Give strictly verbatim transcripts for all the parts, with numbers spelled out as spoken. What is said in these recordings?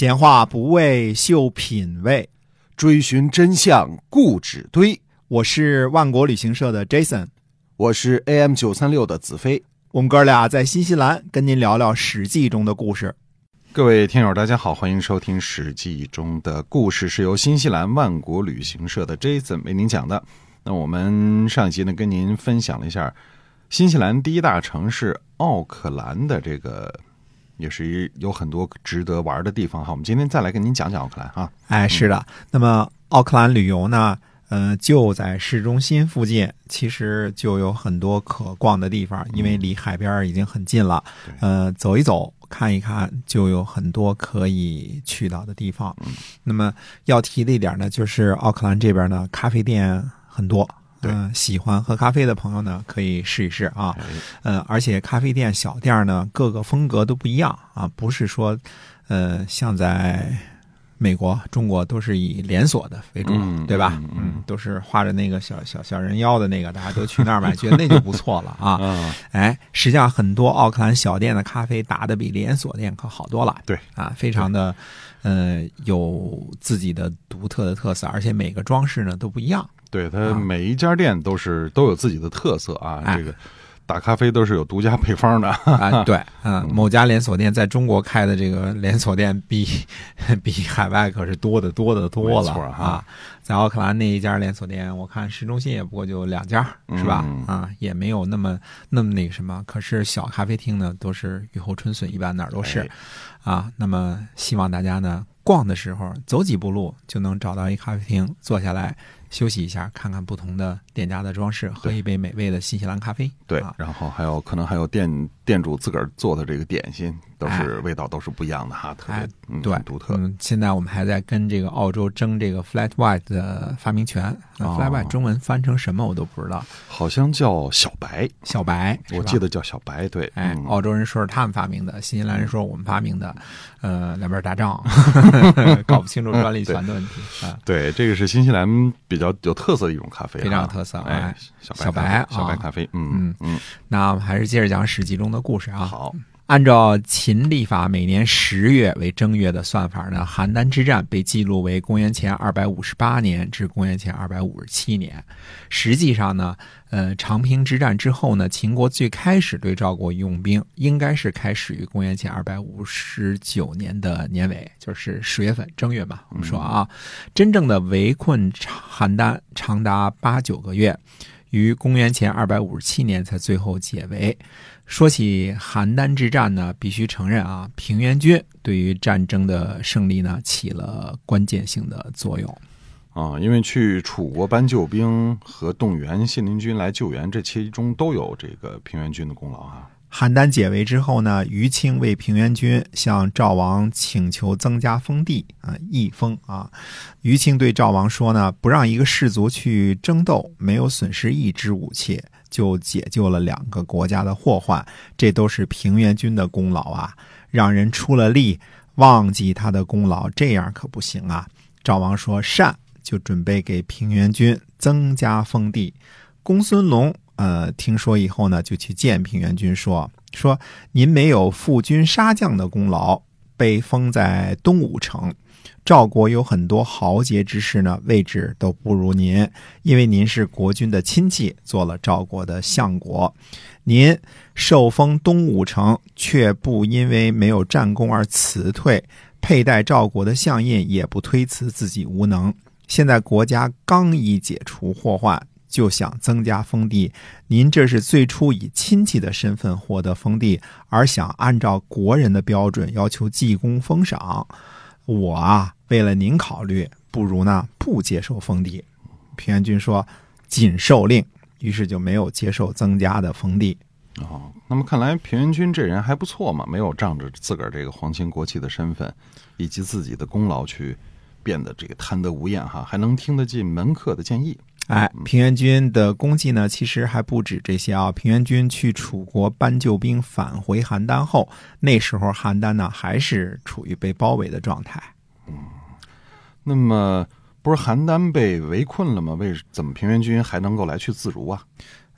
闲话不为秀品味， 追寻真相固执堆。 我是万国旅行社的 Jason， 我是 A M 九三六 的子飞。 我们哥俩在新西兰跟您聊聊史记中的故事。 各位听友大家好，欢迎收听史记中的故事，是由新西兰万国旅行社的 Jason 为您讲的。那我们上一集呢跟您分享了一下新西兰第一大城市奥克兰的这个也是有很多值得玩的地方哈，我们今天再来跟您讲讲奥克兰哈。 哎，是的，嗯、那么奥克兰旅游呢，呃，就在市中心附近，其实就有很多可逛的地方，因为离海边已经很近了。嗯、呃，走一走，看一看，就有很多可以去到的地方。嗯、那么要提的一点呢，就是奥克兰这边呢，咖啡店很多。嗯、呃，喜欢喝咖啡的朋友呢，可以试一试啊。呃，而且咖啡店小店呢，各个风格都不一样啊，不是说，呃，像在美国、中国都是以连锁的为主，嗯、对吧？嗯, 嗯，都是画着那个小小小人妖的那个，大家都去那儿买，觉得那就不错了啊。嗯、哎，实际上很多奥克兰小店的咖啡打得比连锁店可好多了。 对啊，非常的，呃，有自己的独特的特色，而且每个装饰呢都不一样。 对，它每一家店都是、啊、都有自己的特色啊， 哎、 这个打咖啡都是有独家配方的啊。对，嗯，某家连锁店在中国开的这个连锁店比比海外可是多得多得多了啊。在奥克兰那一家连锁店，我看市中心也不过就两家，是吧？嗯、啊，也没有那么那么那个什么。可是小咖啡厅呢，都是雨后春笋一般，哪儿都是、哎、啊。那么希望大家呢，逛的时候走几步路就能找到一咖啡厅，坐下来休息一下，看看不同的店家的装饰，喝一杯美味的新西兰咖啡。 对， 啊、 然后还有可能还有店店主自个儿做的这个点心，都是、哎、味道都是不一样的哈，特别、哎嗯、 对独特。 嗯，现在我们还在跟这个澳洲争这个 flat white 的发明权。哦、flat white 中文翻成什么我都不知道， 好像叫小白， 小白， 我记得叫小白。对， 哎，嗯、澳洲人说是他们发明的，新西兰人说我们发明的，呃，两边打仗，搞不清楚专利权的问题。啊、 对，这个是新西兰比较有特色的一种咖啡、啊， 非常有特色。 哎，小白， 小白， 小白咖啡。嗯嗯嗯。那我们还是接着讲史记中的故事啊。 好。 按照秦历法每年十月为正月的算法呢，邯郸之战被记录为公元前二百五十八年至公元前二百五十七年。实际上呢，呃，长平之战之后呢，秦国最开始对赵国用兵，应该是开始于公元前二百五十九年的年尾，就是十月份正月嘛。我们说啊，嗯、真正的围困邯郸长达八九个月，于公元前二百五十七年才最后解围。说起邯郸之战呢，必须承认啊，平原君对于战争的胜利呢起了关键性的作用啊，因为去楚国搬救兵和动员信陵君来救援，这其中都有这个平原君的功劳啊。 邯郸解围之后呢，于清为平原君向赵王请求增加封地啊，邑封啊。于清对赵王说呢，不让一个氏族去争斗，没有损失一支武器，就解救了两个国家的祸患，这都是平原君的功劳啊！让人出了力，忘记他的功劳，这样可不行啊！赵王说善，就准备给平原君增加封地。公孙龙呃，听说以后呢，就去见平原君说说您没有负军杀将的功劳，被封在东武城。赵国有很多豪杰之士呢，位置都不如您，因为您是国君的亲戚，做了赵国的相国。您受封东武城，却不因为没有战功而辞退，佩戴赵国的相印，也不推辞自己无能。现在国家刚一解除祸患，就想增加封地，您这是最初以亲戚的身份获得封地，而想按照国人的标准要求记功封赏。我啊，为了您考虑，不如呢不接受封地。平原君说谨受令，于是就没有接受增加的封地。 哦，那么看来平原君这人还不错嘛，没有仗着自个儿这个皇亲国戚的身份以及自己的功劳去变得这个贪得无厌哈，还能听得进门客的建议。 哎，平原君的功绩呢，其实还不止这些啊。平原君去楚国搬救兵返回邯郸后，那时候邯郸呢还是处于被包围的状态。 嗯，那么不是邯郸被围困了吗？为怎么平原君还能够来去自如啊？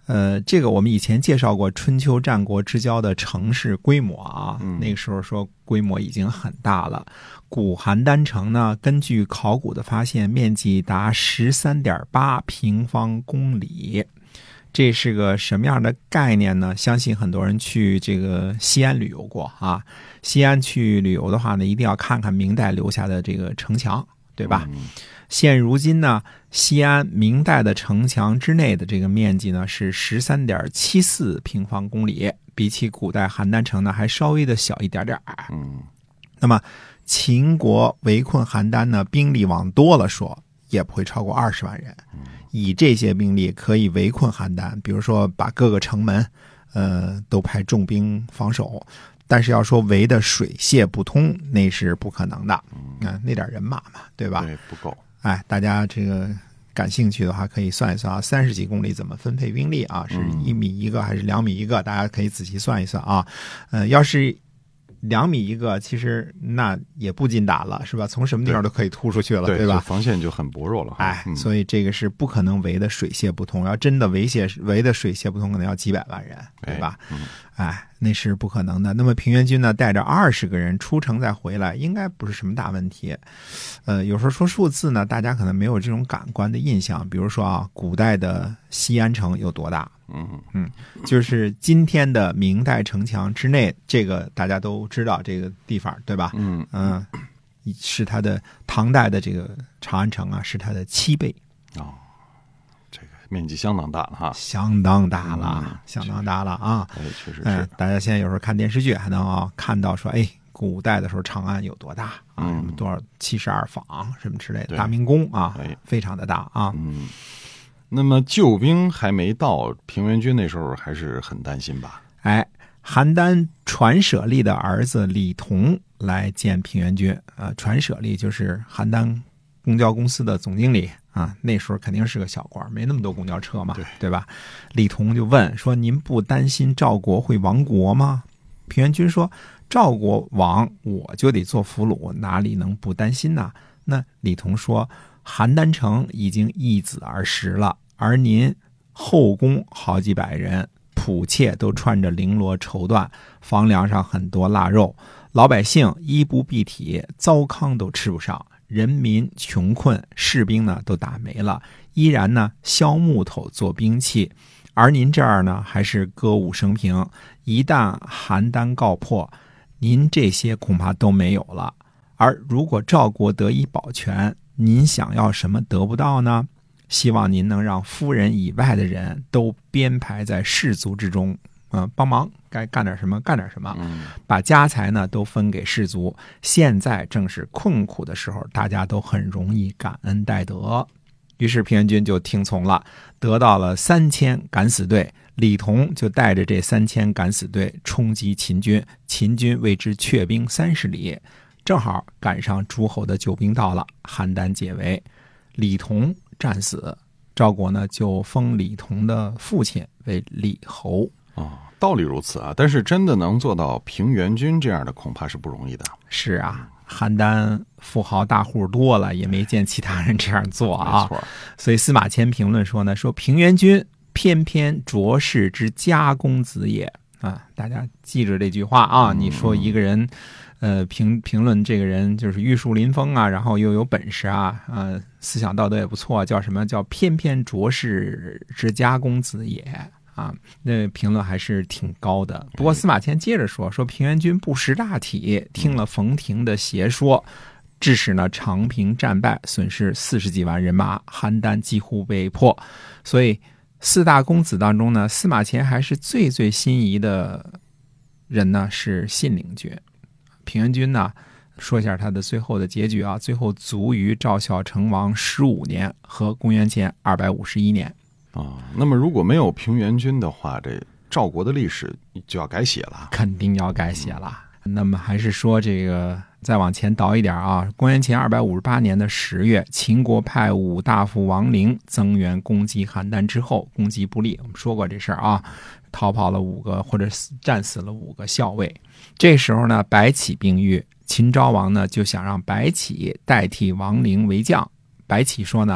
呃，这个我们以前介绍过春秋战国之交的城市规模啊， 嗯、 那个时候说规模已经很大了。古邯郸城呢，根据考古的发现，面积达 十三点八平方公里。这是个什么样的概念呢？相信很多人去这个西安旅游过啊。西安去旅游的话呢，一定要看看明代留下的这个城墙，对吧？ 嗯、 现如今呢，西安明代的城墙之内的这个面积呢是 十三点七四平方公里，比起古代邯郸城呢还稍微的小一点点。 嗯， 那么秦国围困邯郸呢，兵力往多了说也不会超过二十万人。以这些兵力可以围困邯郸，比如说把各个城门呃都派重兵防守，但是要说围的水泄不通，那是不可能的。啊，那点人马嘛，对吧？ 对，不够。 哎，大家这个感兴趣的话可以算一算啊，三十几公里怎么分配兵力啊？是一米一个还是两米一个？大家可以仔细算一算啊。呃，要是两米一个，其实那也不禁打了，是吧？从什么地方都可以突出去了， 对, 对吧？ 防线就很薄弱了。 哎， 嗯、 所以这个是不可能围的水泄不通。要真的围泄围的水泄不通，可能要几百万人，对吧？ 哎，嗯、 哎，那是不可能的。那么平原君呢，带着二十个人出城再回来，应该不是什么大问题。呃，有时候说数字呢，大家可能没有这种感官的印象。比如说啊，古代的西安城有多大？ 嗯嗯，就是今天的明代城墙之内，这个大家都知道这个地方，对吧？ 嗯嗯、呃，是它的唐代的这个长安城啊，是它的七倍。 哦，这个面积相当大了哈， 相当大了， 嗯、 相当大了啊！ 哎，确实是。 哎，大家现在有时候看电视剧还能啊看到说，哎，古代的时候长安有多大啊？ 嗯、 什么多少七十二坊什么之类的，大明宫啊， 哎， 非常的大啊。 嗯。那么救兵还没到，平原君那时候还是很担心吧？ 哎，邯郸传舍利的儿子李同来见平原君。呃，传舍利就是邯郸公交公司的总经理啊，那时候肯定是个小官，没那么多公交车嘛， 对, 对吧？李同就问说：“您不担心赵国会亡国吗？”平原君说：“赵国亡，我就得做俘虏，哪里能不担心呢？”那李同说：“邯郸城已经易子而食了。”而您后宫好几百人，仆妾都穿着绫罗绸缎，房梁上很多腊肉，老百姓衣不蔽体，糟糠都吃不上，人民穷困，士兵呢都打没了，依然呢削木头做兵器，而您这儿呢还是歌舞升平，一旦邯郸告破，您这些恐怕都没有了。而如果赵国得以保全，您想要什么得不到呢？希望您能让夫人以外的人都编排在士族之中，呃，帮忙该干点什么干点什么，把家财呢都分给士族。现在正是困苦的时候，大家都很容易感恩戴德。于是平原君就听从了，得到了三千敢死队。李同就带着这三千敢死队冲击秦军，秦军为之却兵三十里，正好赶上诸侯的救兵到了，邯郸解围。李同战死，赵国呢就封李同的父亲为李侯。 哦，道理如此啊，但是真的能做到平原君这样的，恐怕是不容易的。 是啊，邯郸富豪大户多了，也没见其他人这样做啊。 没错。 所以司马迁评论说呢，说平原君偏偏卓氏之家公子也啊，大家记着这句话啊。你说一个人。呃，评评论这个人就是玉树临风啊，然后又有本事啊，呃，思想道德也不错，叫什么叫偏偏卓氏之家公子也啊？那评论还是挺高的。不过司马迁接着说，说平原君不识大体，听了冯亭的邪说，致使呢长平战败，损失四十几万人马，邯郸几乎被破。所以四大公子当中呢，司马迁还是最最心仪的人呢是信陵君。平原君呢，说一下他的最后的结局啊，最后卒于赵孝成王十五年和公元前二百五十一年啊。那么如果没有平原君的话，这赵国的历史就要改写了， 肯定要改写了。嗯、那么还是说这个再往前倒一点啊，公元前二百五十八年的十月，秦国派武大夫王陵增援攻击邯郸之后，攻击不利，我们说过这事儿啊。逃跑了五个或者战死了五个校尉。这时候呢，白起病愈，秦昭王呢就想让白起代替王陵为将。白起说呢，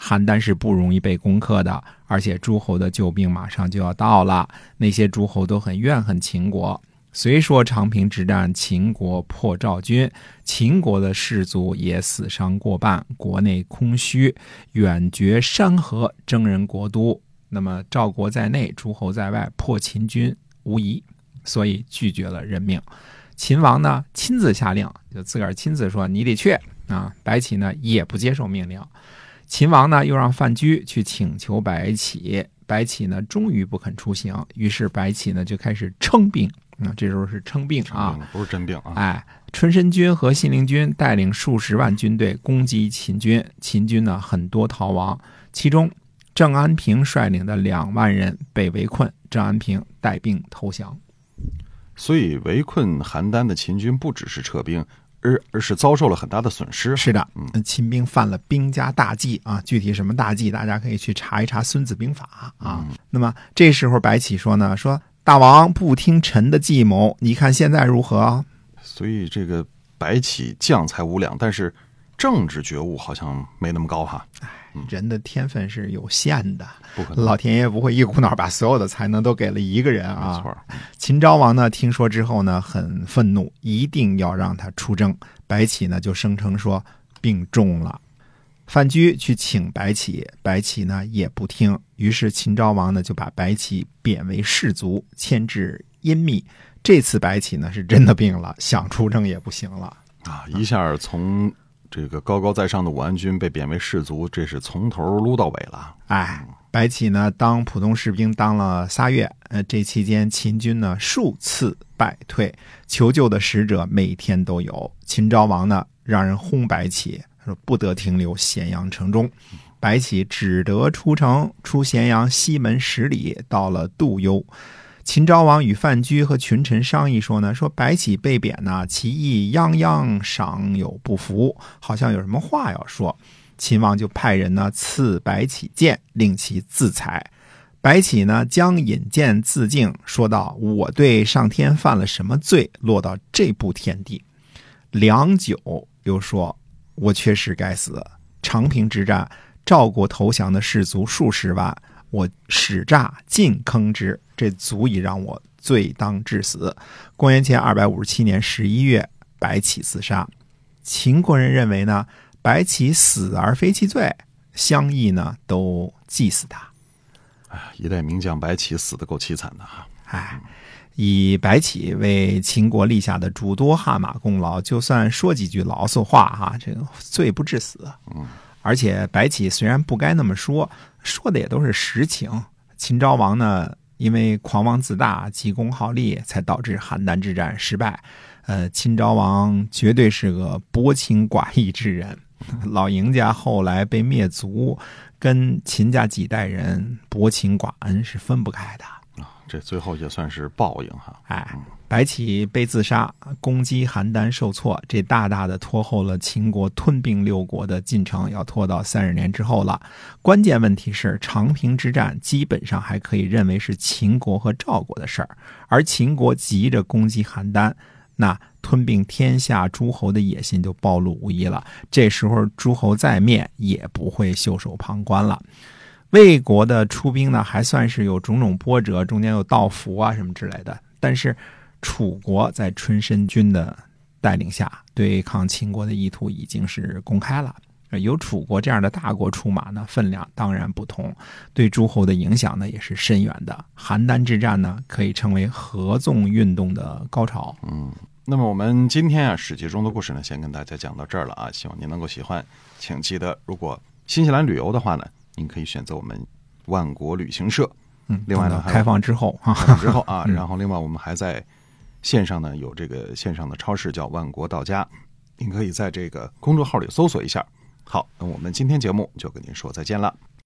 邯郸是不容易被攻克的，而且诸侯的救兵马上就要到了，那些诸侯都很怨恨秦国。虽说长平之战秦国破赵军，秦国的士卒也死伤过半，国内空虚，远绝山河，征人国都。那么赵国在内，诸侯在外，破秦军无疑，所以拒绝了任命。秦王呢亲自下令，就自个儿亲自说你得去啊。白起呢也不接受命令。秦王呢又让范雎去请求白起，白起呢终于不肯出行，于是白起呢就开始称病。啊，这时候是称病啊， 不是真病啊！ 哎，春申君和信陵君带领数十万军队攻击秦军，秦军呢很多逃亡，其中郑安平率领的两万人被围困，郑安平带兵投降。 所以围困邯郸的秦军不只是撤兵，而而是遭受了很大的损失。 是的， 嗯， 秦兵犯了兵家大忌啊，具体什么大忌，大家可以去查一查《孙子兵法》啊。 嗯、 那么这时候白起说呢，说。大王不听臣的计谋，你看现在如何？ 所以这个白起将才无两，但是政治觉悟好像没那么高哈。 嗯、人的天分是有限的， 不可能， 老天爷不会一股脑把所有的才能都给了一个人啊。 没错。 秦昭王呢，听说之后呢，很愤怒，一定要让他出征。白起呢，就声称说病重了。范雎去请白起，白起呢也不听，于是秦昭王呢就把白起贬为士卒，迁至阴密。这次白起呢是真的病了，想出征也不行了啊！一下从这个高高在上的武安君被贬为士卒，这是从头撸到尾了。 哎，白起呢当普通士兵当了仨月，呃，这期间秦军呢数次败退，求救的使者每天都有。秦昭王呢让人轰白起。说不得停留咸阳城中，白起只得出城，出咸阳西门十里，到了杜幽。秦昭王与范雎和群臣商议说呢，说白起被贬呢，其意泱泱，尚有不服，好像有什么话要说。秦王就派人呢赐白起剑，令其自裁。白起呢将引剑自尽，说道：“我对上天犯了什么罪，落到这步田地？”良久，又说。我确实该死。长平之战，赵国投降的士卒数十万，我使诈尽坑之，这足以让我罪当致死。公元前二百五十七年十一月，白起自杀。秦国人认为呢，白起死而非其罪，相议呢都祭祀他。 哎，一代名将白起死得够凄惨的哈。 哎。以白起为秦国立下的诸多汗马功劳，就算说几句牢骚话哈，这个罪不至死。 嗯， 而且白起虽然不该那么说，说的也都是实情。秦昭王呢，因为狂妄自大、急功好利，才导致邯郸之战失败。呃，秦昭王绝对是个薄情寡义之人。老赢家后来被灭族，跟秦家几代人薄情寡恩是分不开的。 这最后也算是报应哈。 哎，白起被自杀，攻击邯郸受挫，这大大的拖后了秦国吞并六国的进程，要拖到三十年之后了。关键问题是，长平之战基本上还可以认为是秦国和赵国的事儿，而秦国急着攻击邯郸，那吞并天下诸侯的野心就暴露无遗了。这时候诸侯再灭，也不会袖手旁观了。魏国的出兵呢，还算是有种种波折，中间有盗俘啊什么之类的。但是楚国在春申君的带领下，对抗秦国的意图已经是公开了。有楚国这样的大国出马呢，分量当然不同，对诸侯的影响呢也是深远的。邯郸之战呢，可以称为合纵运动的高潮。 嗯，那么我们今天啊，史记中的故事呢，先跟大家讲到这儿了啊，希望您能够喜欢。请记得，如果新西兰旅游的话呢，您可以选择我们万国旅行社。 嗯， 另外呢， 开放之后开放之后啊， 嗯、 然后另外我们还在线上呢有这个线上的超市叫万国到家，您可以在这个公众号里搜索一下。好，那我们今天节目就跟您说再见了。